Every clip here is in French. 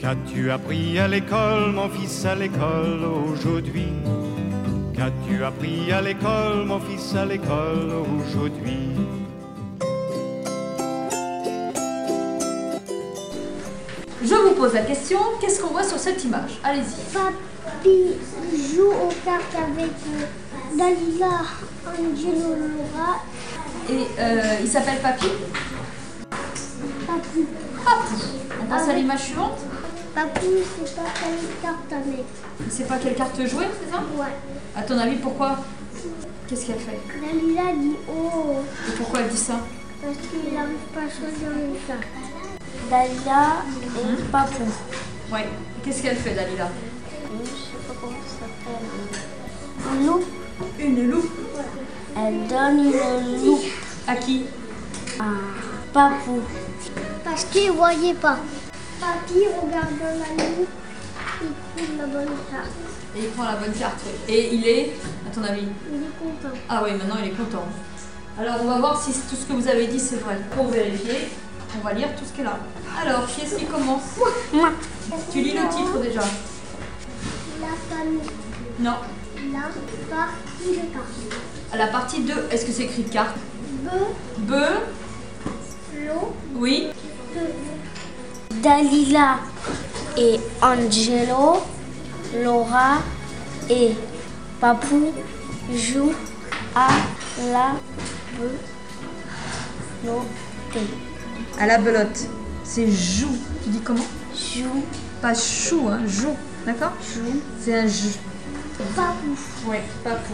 Qu'as-tu appris à l'école, mon fils, à l'école aujourd'hui? Qu'as-tu appris à l'école, mon fils, à l'école aujourd'hui? Je vous pose la question, qu'est-ce qu'on voit sur cette image? Allez-y. Papy joue aux cartes avec Dalila, Angelo, Laura. Et il s'appelle Papy? Papy. Papou. On passe à l'image suivante. Papy, c'est pas quelle carte avec. Il ne sait pas quelle carte jouer, c'est ça? Ouais. À ton avis, pourquoi? Qu'est-ce qu'elle fait? Dalila dit oh, Et pourquoi elle dit ça? parce qu'il n'arrive pas à choisir une carte. Dalila et Papou. Ouais. Qu'est-ce qu'elle fait, Dalila? Je sais pas comment ça s'appelle. Une loupe. Une loupe. Elle donne une loupe À qui? à Papou. Parce qu'il ne voyait pas. Papy regarde dans la loupe, il trouve la bonne carte. Et il prend la bonne carte. Et il est, à ton avis? Il est content. Ah oui, maintenant il est content. Alors on va voir si tout ce que vous avez dit c'est vrai. Pour vérifier, on va lire tout ce qu'elle a. Alors, qui est-ce qui commence? Moi. Tu lis le titre déjà? La famille. Non. La partie de cartes. À la partie 2, est-ce que c'est écrit carte? Be, lo, Oui. Dalila et Angelo, Laura et Papou jouent à la belote. À la belote. C'est joue. Tu dis comment? Joue, Pas chou, hein, joue. D'accord? joue, C'est un jeu. Papou. Oui, pas pour.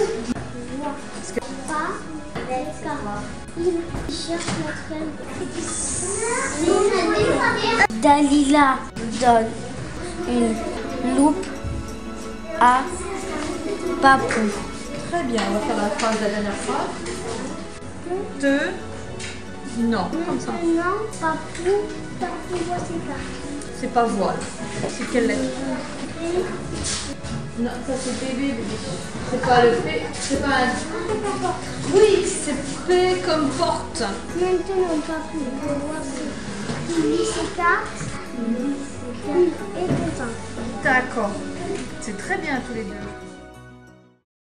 Pas les cartes. Il cherche la crème. Dalila donne une loupe à Papou. Très bien, on va faire la phrase, la dernière phrase. Non, comme ça. Maintenant, Papou voit ses cartes. C'est pas voile. C'est quelle lettre? Non, ça c'est bébé, bébé. C'est pas le P. C'est pas un. Oui, c'est P comme porte. Maintenant, Papou peut voir il lit ses cartes. Il est content. D'accord. C'est très bien tous les deux.